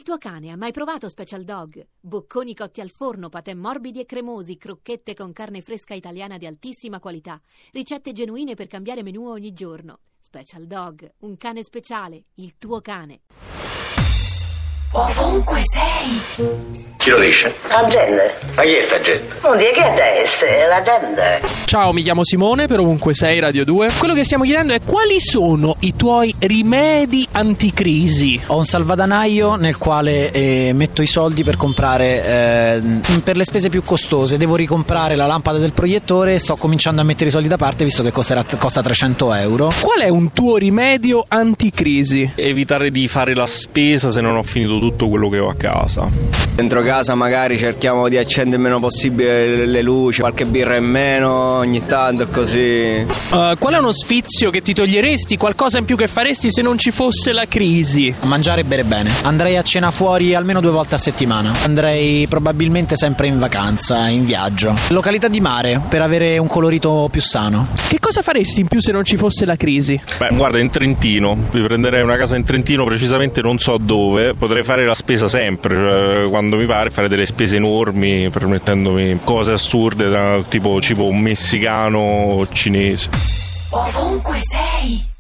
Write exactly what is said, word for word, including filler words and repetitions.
tuo cane ha mai provato Special Dog? Bocconi cotti al forno, patè morbidi e cremosi, crocchette con carne fresca italiana di altissima qualità, ricette genuine per cambiare menù ogni giorno. Special Dog, un cane speciale, il tuo cane. Ovunque sei. Chi lo dice? La gente. Ma chi è sta gente? Non dire che è essere la gente. Ciao, mi chiamo Simone per Ovunque Sei Radio due. Quello che stiamo chiedendo è: quali sono i tuoi rimedi anticrisi? Ho un salvadanaio nel quale eh, metto i soldi per comprare eh, per le spese più costose. Devo ricomprare la lampada del proiettore e sto cominciando a mettere i soldi da parte, visto che costerà, costa trecento euro. Qual è un tuo rimedio anticrisi? Evitare di fare la spesa se non ho finito tutto quello che ho a casa. Dentro casa magari cerchiamo di accendere il meno possibile le luci, qualche birra in meno ogni tanto, così. Uh, qual è uno sfizio che ti toglieresti, qualcosa in più che faresti se non ci fosse la crisi? Mangiare e bere bene. Andrei a cena fuori almeno due volte a settimana. Andrei probabilmente sempre in vacanza, in viaggio. Località di mare, per avere un colorito più sano. Che cosa faresti in più se non ci fosse la crisi? Beh, guarda, in Trentino. Mi prenderei una casa in Trentino, precisamente non so dove. Potrei fare la spesa sempre, cioè, quando mi pare, fare delle spese enormi, permettendomi cose assurde, tipo cibo messicano o cinese. Ovunque sei.